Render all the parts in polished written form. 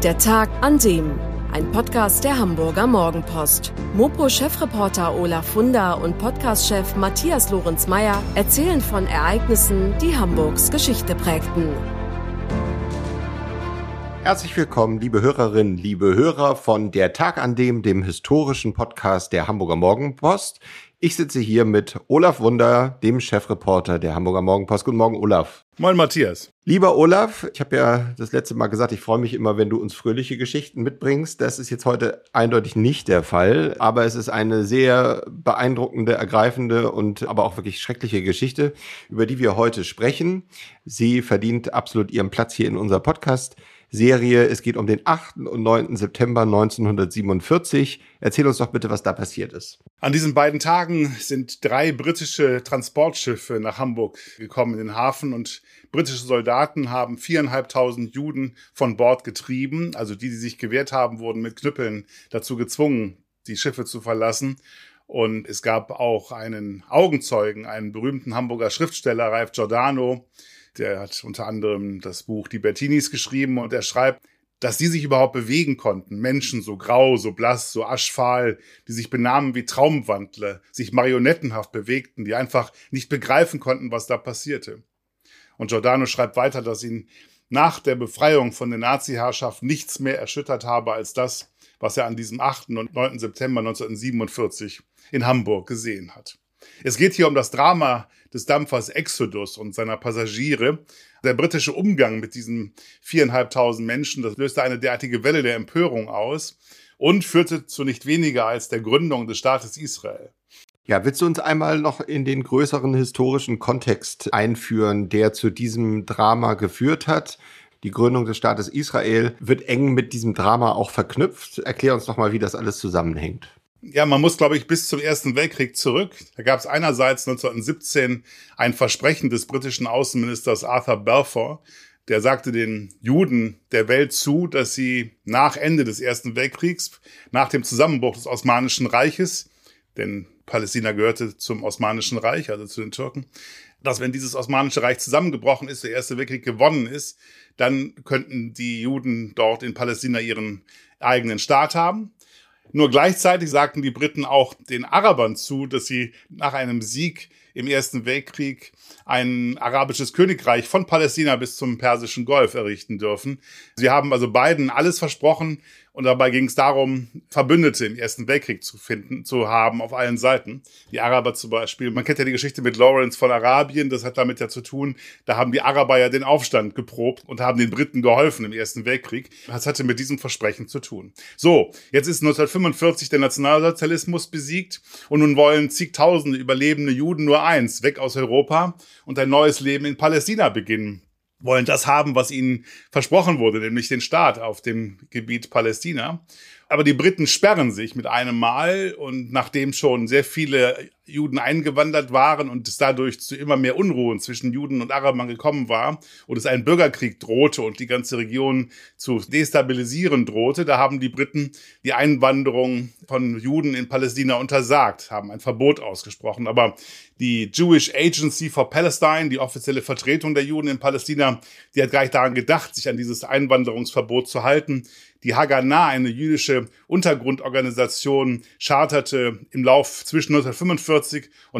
Der Tag an dem. Ein Podcast der Hamburger Morgenpost. Mopo-Chefreporter Olaf Funder und Podcast-Chef Matthias Lorenz-Meyer erzählen von Ereignissen, die Hamburgs Geschichte prägten. Herzlich willkommen, liebe Hörerinnen, liebe Hörer von Der Tag an dem historischen Podcast der Hamburger Morgenpost. Ich sitze hier mit Olaf Funder, dem Chefreporter der Hamburger Morgenpost. Guten Morgen, Olaf. Moin, Matthias. Lieber Olaf, ich habe ja das letzte Mal gesagt, ich freue mich immer, wenn du uns fröhliche Geschichten mitbringst. Das ist jetzt heute eindeutig nicht der Fall, aber es ist eine sehr beeindruckende, ergreifende und aber auch wirklich schreckliche Geschichte, über die wir heute sprechen. Sie verdient absolut ihren Platz hier in unserer Podcast-Serie. Es geht um den 8. und 9. September 1947. Erzähl uns doch bitte, was da passiert ist. An diesen beiden Tagen sind 3 britische Transportschiffe nach Hamburg gekommen in den Hafen und britische Soldaten haben 4.500 Juden von Bord getrieben. Also die sich gewehrt haben, wurden mit Knüppeln dazu gezwungen, die Schiffe zu verlassen. Und es gab auch einen Augenzeugen, einen berühmten Hamburger Schriftsteller, Ralph Giordano. Der hat unter anderem das Buch Die Bettinis geschrieben und er schreibt, dass die sich überhaupt bewegen konnten. Menschen so grau, so blass, so aschfahl, die sich benahmen wie Traumwandler, sich marionettenhaft bewegten, die einfach nicht begreifen konnten, was da passierte. Und Giordano schreibt weiter, dass ihn nach der Befreiung von der Nazi-Herrschaft nichts mehr erschüttert habe als das, was er an diesem 8. und 9. September 1947 in Hamburg gesehen hat. Es geht hier um das Drama des Dampfers Exodus und seiner Passagiere. Der britische Umgang mit diesen 4.500 Menschen, das löste eine derartige Welle der Empörung aus und führte zu nicht weniger als der Gründung des Staates Israel. Ja, willst du uns einmal noch in den größeren historischen Kontext einführen, der zu diesem Drama geführt hat? Die Gründung des Staates Israel wird eng mit diesem Drama auch verknüpft. Erklär uns doch mal, wie das alles zusammenhängt. Ja, man muss, glaube ich, bis zum Ersten Weltkrieg zurück. Da gab es einerseits 1917 ein Versprechen des britischen Außenministers Arthur Balfour. Der sagte den Juden der Welt zu, dass sie nach Ende des Ersten Weltkriegs, nach dem Zusammenbruch des Osmanischen Reiches, denn Palästina gehörte zum Osmanischen Reich, also zu den Türken, dass wenn dieses Osmanische Reich zusammengebrochen ist, der Erste Weltkrieg gewonnen ist, dann könnten die Juden dort in Palästina ihren eigenen Staat haben. Nur gleichzeitig sagten die Briten auch den Arabern zu, dass sie nach einem Sieg im Ersten Weltkrieg ein arabisches Königreich von Palästina bis zum Persischen Golf errichten dürfen. Sie haben also beiden alles versprochen und dabei ging es darum, Verbündete im Ersten Weltkrieg zu haben auf allen Seiten. Die Araber zum Beispiel, man kennt ja die Geschichte mit Lawrence von Arabien, das hat damit ja zu tun, da haben die Araber ja den Aufstand geprobt und haben den Briten geholfen im Ersten Weltkrieg. Das hatte mit diesem Versprechen zu tun. So, jetzt ist 1945 der Nationalsozialismus besiegt und nun wollen zigtausende überlebende Juden nur eins, weg aus Europa und ein neues Leben in Palästina beginnen. Wollen das haben, was ihnen versprochen wurde, nämlich den Staat auf dem Gebiet Palästina. Aber die Briten sperren sich mit einem Mal und nachdem schon sehr viele Juden eingewandert waren und es dadurch zu immer mehr Unruhen zwischen Juden und Arabern gekommen war und es einen Bürgerkrieg drohte und die ganze Region zu destabilisieren drohte, da haben die Briten die Einwanderung von Juden in Palästina untersagt, haben ein Verbot ausgesprochen. Aber die Jewish Agency for Palestine, die offizielle Vertretung der Juden in Palästina, die hat gar nicht daran gedacht, sich an dieses Einwanderungsverbot zu halten. Die Haganah, eine jüdische Untergrundorganisation, charterte im Lauf zwischen 1945 und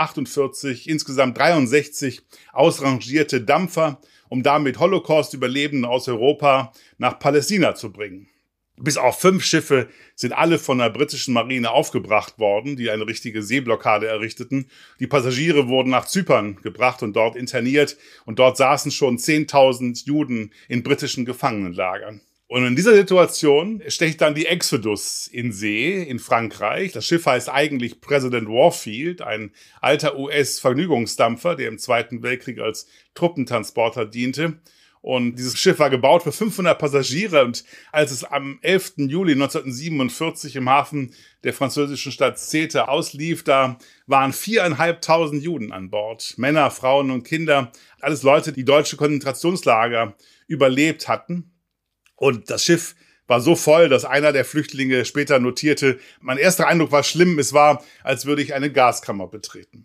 1948 insgesamt 63 ausrangierte Dampfer, um damit Holocaust-Überlebende aus Europa nach Palästina zu bringen. Bis auf 5 Schiffe sind alle von der britischen Marine aufgebracht worden, die eine richtige Seeblockade errichteten. Die Passagiere wurden nach Zypern gebracht und dort interniert und dort saßen schon 10.000 Juden in britischen Gefangenenlagern. Und in dieser Situation stecht dann die Exodus in See in Frankreich. Das Schiff heißt eigentlich President Warfield, ein alter US-Vergnügungsdampfer, der im Zweiten Weltkrieg als Truppentransporter diente. Und dieses Schiff war gebaut für 500 Passagiere. Und als es am 11. Juli 1947 im Hafen der französischen Stadt Ceuta auslief, da waren 4.500 Juden an Bord. Männer, Frauen und Kinder. Alles Leute, die deutsche Konzentrationslager überlebt hatten. Und das Schiff war so voll, dass einer der Flüchtlinge später notierte, mein erster Eindruck war schlimm, es war, als würde ich eine Gaskammer betreten.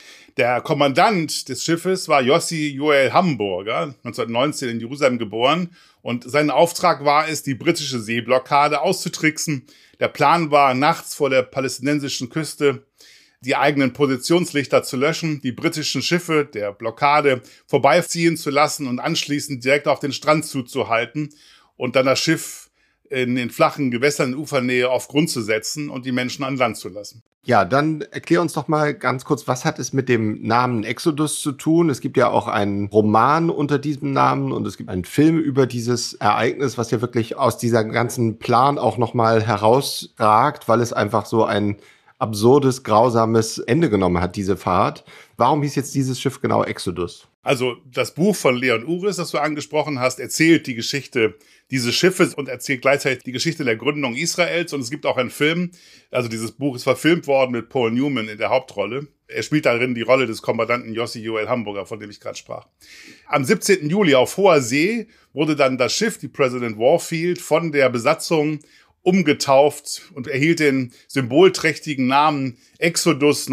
Der Kommandant des Schiffes war Yossi Joel Hamburger, 1919 in Jerusalem geboren Und sein Auftrag war es, die britische Seeblockade auszutricksen. Der Plan war, nachts vor der palästinensischen Küste die eigenen Positionslichter zu löschen, die britischen Schiffe der Blockade vorbeiziehen zu lassen und anschließend direkt auf den Strand zuzuhalten und dann das Schiff in den flachen Gewässern in Ufernähe auf Grund zu setzen und die Menschen an Land zu lassen. Ja, dann erklär uns doch mal ganz kurz, was hat es mit dem Namen Exodus zu tun? Es gibt ja auch einen Roman unter diesem Namen und es gibt einen Film über dieses Ereignis, was ja wirklich aus dieser ganzen Plan auch nochmal herausragt, weil es einfach so ein absurdes, grausames Ende genommen hat, diese Fahrt. Warum hieß jetzt dieses Schiff genau Exodus? Also das Buch von Leon Uris, das du angesprochen hast, erzählt die Geschichte dieses Schiffes und erzählt gleichzeitig die Geschichte der Gründung Israels. Und es gibt auch einen Film, also dieses Buch ist verfilmt worden mit Paul Newman in der Hauptrolle. Er spielt darin die Rolle des Kommandanten Yossi Joel Hamburger, von dem ich gerade sprach. Am 17. Juli auf hoher See wurde dann das Schiff, die President Warfield, von der Besatzung umgetauft und erhielt den symbolträchtigen Namen Exodus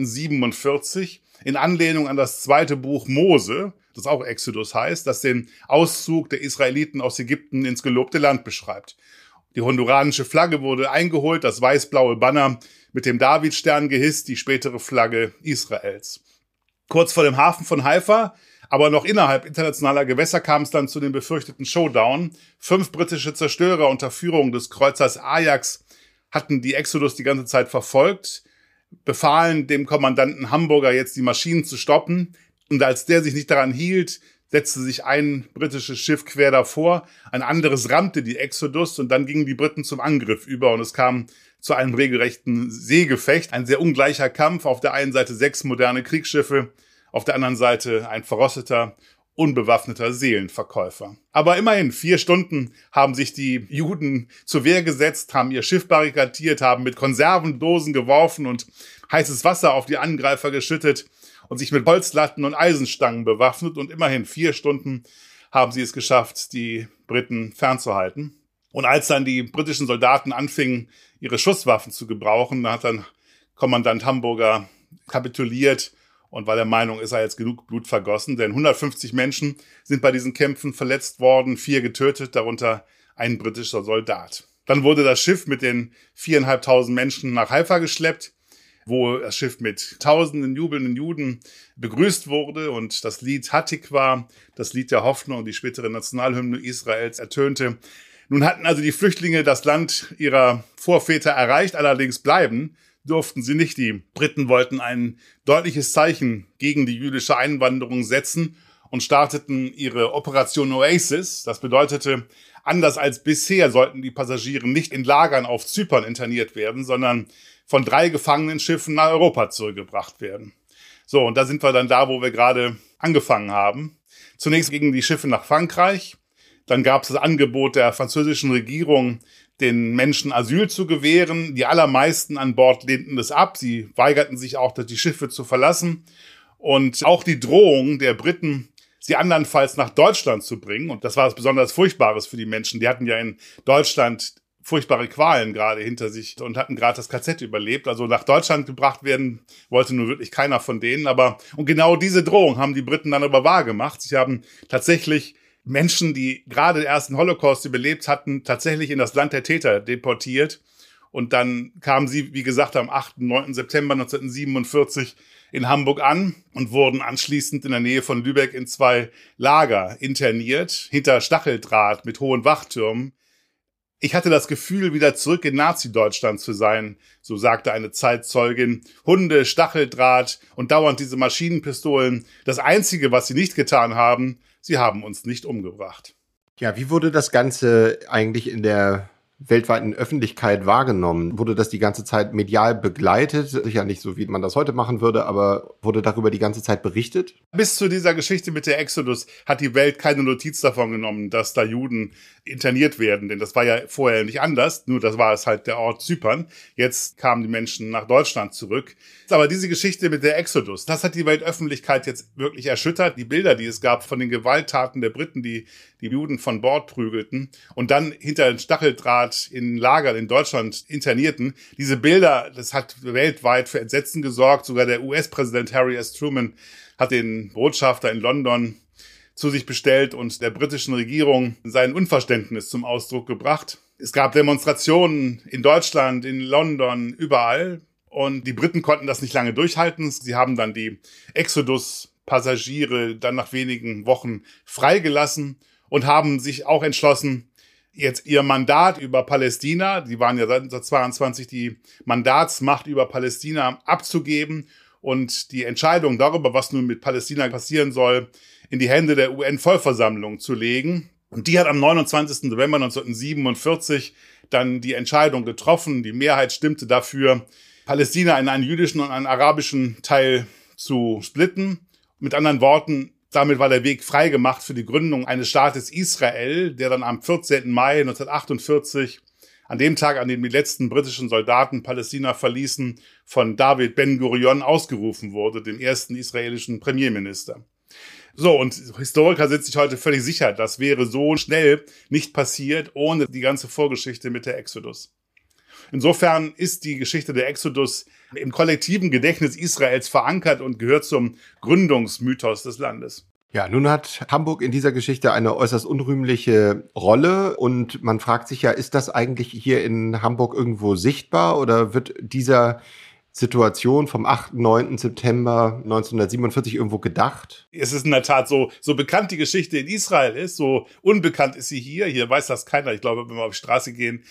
1947 in Anlehnung an das zweite Buch Mose, das auch Exodus heißt, das den Auszug der Israeliten aus Ägypten ins gelobte Land beschreibt. Die honduranische Flagge wurde eingeholt, das weiß-blaue Banner mit dem Davidstern gehisst, die spätere Flagge Israels. Kurz vor dem Hafen von Haifa, aber noch innerhalb internationaler Gewässer, kam es dann zu dem befürchteten Showdown. 5 britische Zerstörer unter Führung des Kreuzers Ajax hatten die Exodus die ganze Zeit verfolgt, befahlen dem Kommandanten Hamburger jetzt die Maschinen zu stoppen. Und als der sich nicht daran hielt, setzte sich ein britisches Schiff quer davor, ein anderes rammte die Exodus und dann gingen die Briten zum Angriff über und es kam zu einem regelrechten Seegefecht. Ein sehr ungleicher Kampf, auf der einen Seite 6 moderne Kriegsschiffe, auf der anderen Seite ein verrosteter, unbewaffneter Seelenverkäufer. Aber immerhin 4 Stunden haben sich die Juden zur Wehr gesetzt, haben ihr Schiff barrikadiert, haben mit Konservendosen geworfen und heißes Wasser auf die Angreifer geschüttet und sich mit Holzlatten und Eisenstangen bewaffnet. Und immerhin 4 Stunden haben sie es geschafft, die Briten fernzuhalten. Und als dann die britischen Soldaten anfingen, ihre Schusswaffen zu gebrauchen, da hat dann Kommandant Hamburger kapituliert und war der Meinung, ist jetzt genug Blut vergossen, denn 150 Menschen sind bei diesen Kämpfen verletzt worden, 4 getötet, darunter ein britischer Soldat. Dann wurde das Schiff mit den 4.500 Menschen nach Haifa geschleppt, wo das Schiff mit tausenden jubelnden Juden begrüßt wurde und das Lied Hatikwa, das Lied der Hoffnung, die spätere Nationalhymne Israels, ertönte. Nun hatten also die Flüchtlinge das Land ihrer Vorväter erreicht, allerdings bleiben durften sie nicht. Die Briten wollten ein deutliches Zeichen gegen die jüdische Einwanderung setzen und starteten ihre Operation Oasis. Das bedeutete, anders als bisher sollten die Passagiere nicht in Lagern auf Zypern interniert werden, sondern von 3 Gefangenenschiffen nach Europa zurückgebracht werden. So, und da sind wir dann da, wo wir gerade angefangen haben. Zunächst gingen die Schiffe nach Frankreich. Dann gab es das Angebot der französischen Regierung, den Menschen Asyl zu gewähren. Die allermeisten an Bord lehnten das ab. Sie weigerten sich auch, die Schiffe zu verlassen. Und auch die Drohung der Briten, sie andernfalls nach Deutschland zu bringen. Und das war was besonders Furchtbares für die Menschen. Die hatten ja in Deutschland furchtbare Qualen gerade hinter sich und hatten gerade das KZ überlebt. Also nach Deutschland gebracht werden wollte nur wirklich keiner von denen. Und genau diese Drohung haben die Briten dann aber wahr gemacht. Sie haben tatsächlich Menschen, die gerade den ersten Holocaust überlebt hatten, tatsächlich in das Land der Täter deportiert. Und dann kamen sie, wie gesagt, am 8. und 9. September 1947 in Hamburg an und wurden anschließend in der Nähe von Lübeck in 2 Lager interniert, hinter Stacheldraht mit hohen Wachtürmen. Ich hatte das Gefühl, wieder zurück in Nazi-Deutschland zu sein, so sagte eine Zeitzeugin. Hunde, Stacheldraht und dauernd diese Maschinenpistolen. Das Einzige, was sie nicht getan haben, sie haben uns nicht umgebracht. Ja, wie wurde das Ganze eigentlich in der weltweiten Öffentlichkeit wahrgenommen? Wurde das die ganze Zeit medial begleitet? Sicher nicht so, wie man das heute machen würde, aber wurde darüber die ganze Zeit berichtet? Bis zu dieser Geschichte mit der Exodus hat die Welt keine Notiz davon genommen, dass da Juden interniert werden, denn das war ja vorher nicht anders, nur das war es halt der Ort Zypern. Jetzt kamen die Menschen nach Deutschland zurück. Aber diese Geschichte mit der Exodus, das hat die Weltöffentlichkeit jetzt wirklich erschüttert. Die Bilder, die es gab von den Gewalttaten der Briten, die die Juden von Bord prügelten und dann hinter den Stacheldraht in Lagern in Deutschland internierten. Diese Bilder, das hat weltweit für Entsetzen gesorgt. Sogar der US-Präsident Harry S. Truman hat den Botschafter in London zu sich bestellt und der britischen Regierung sein Unverständnis zum Ausdruck gebracht. Es gab Demonstrationen in Deutschland, in London, überall. Und die Briten konnten das nicht lange durchhalten. Sie haben dann die Exodus-Passagiere dann nach wenigen Wochen freigelassen und haben sich auch entschlossen, jetzt ihr Mandat über Palästina, die waren ja seit 1922 die Mandatsmacht über Palästina, abzugeben und die Entscheidung darüber, was nun mit Palästina passieren soll, in die Hände der UN-Vollversammlung zu legen. Und die hat am 29. November 1947 dann die Entscheidung getroffen. Die Mehrheit stimmte dafür, Palästina in einen jüdischen und einen arabischen Teil zu splitten. Mit anderen Worten, damit war der Weg freigemacht für die Gründung eines Staates Israel, der dann am 14. Mai 1948, an dem Tag, an dem die letzten britischen Soldaten Palästina verließen, von David Ben-Gurion ausgerufen wurde, dem ersten israelischen Premierminister. So, und Historiker sind sich heute völlig sicher, das wäre so schnell nicht passiert, ohne die ganze Vorgeschichte mit der Exodus. Insofern ist die Geschichte der Exodus im kollektiven Gedächtnis Israels verankert und gehört zum Gründungsmythos des Landes. Ja, nun hat Hamburg in dieser Geschichte eine äußerst unrühmliche Rolle und man fragt sich ja, ist das eigentlich hier in Hamburg irgendwo sichtbar oder wird dieser Situation vom 8. 9. September 1947 irgendwo gedacht? Es ist in der Tat so bekannt die Geschichte in Israel ist, so unbekannt ist sie hier. Hier weiß das keiner. Ich glaube, wenn wir auf die Straße gehen,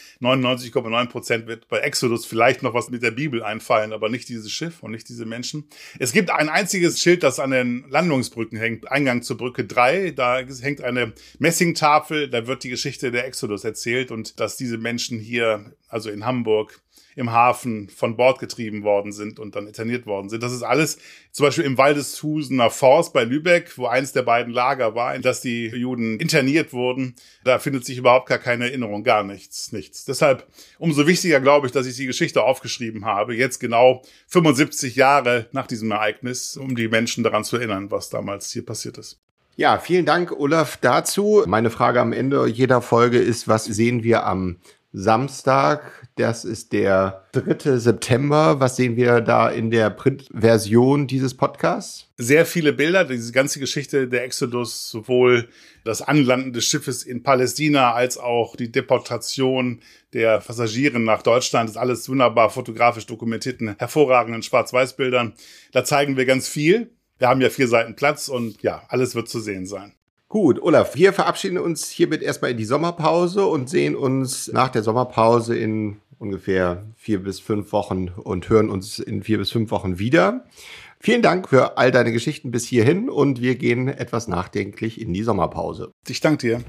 99,9% wird bei Exodus vielleicht noch was mit der Bibel einfallen, aber nicht dieses Schiff und nicht diese Menschen. Es gibt ein einziges Schild, das an den Landungsbrücken hängt, Eingang zur Brücke 3. Da hängt eine Messingtafel, da wird die Geschichte der Exodus erzählt und dass diese Menschen hier, also in Hamburg, im Hafen von Bord getrieben worden sind und dann interniert worden sind. Das ist alles zum Beispiel im Waldeshusener Forst bei Lübeck, wo eins der beiden Lager war, in das die Juden interniert wurden. Da findet sich überhaupt gar keine Erinnerung, gar nichts. Deshalb umso wichtiger, glaube ich, dass ich die Geschichte aufgeschrieben habe, jetzt genau 75 Jahre nach diesem Ereignis, um die Menschen daran zu erinnern, was damals hier passiert ist. Ja, vielen Dank, Olaf, dazu. Meine Frage am Ende jeder Folge ist, was sehen wir am Samstag, das ist der 3. September. Was sehen wir da in der Printversion dieses Podcasts? Sehr viele Bilder, diese ganze Geschichte der Exodus, sowohl das Anlanden des Schiffes in Palästina als auch die Deportation der Passagiere nach Deutschland, das ist alles wunderbar fotografisch dokumentiert in hervorragenden Schwarz-Weiß-Bildern. Da zeigen wir ganz viel. Wir haben ja 4 Seiten Platz und ja, alles wird zu sehen sein. Gut, Olaf, wir verabschieden uns hiermit erstmal in die Sommerpause und sehen uns nach der Sommerpause in ungefähr 4 bis 5 Wochen und hören uns in 4 bis 5 Wochen wieder. Vielen Dank für all deine Geschichten bis hierhin und wir gehen etwas nachdenklich in die Sommerpause. Ich danke dir.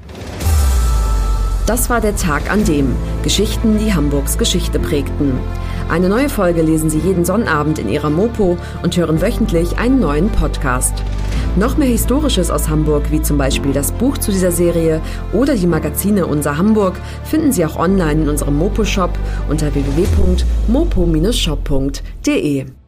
Das war der Tag an dem Geschichten, die Hamburgs Geschichte prägten. Eine neue Folge lesen Sie jeden Sonnabend in Ihrer Mopo und hören wöchentlich einen neuen Podcast. Noch mehr Historisches aus Hamburg, wie zum Beispiel das Buch zu dieser Serie oder die Magazine Unser Hamburg, finden Sie auch online in unserem Mopo-Shop unter www.mopo-shop.de.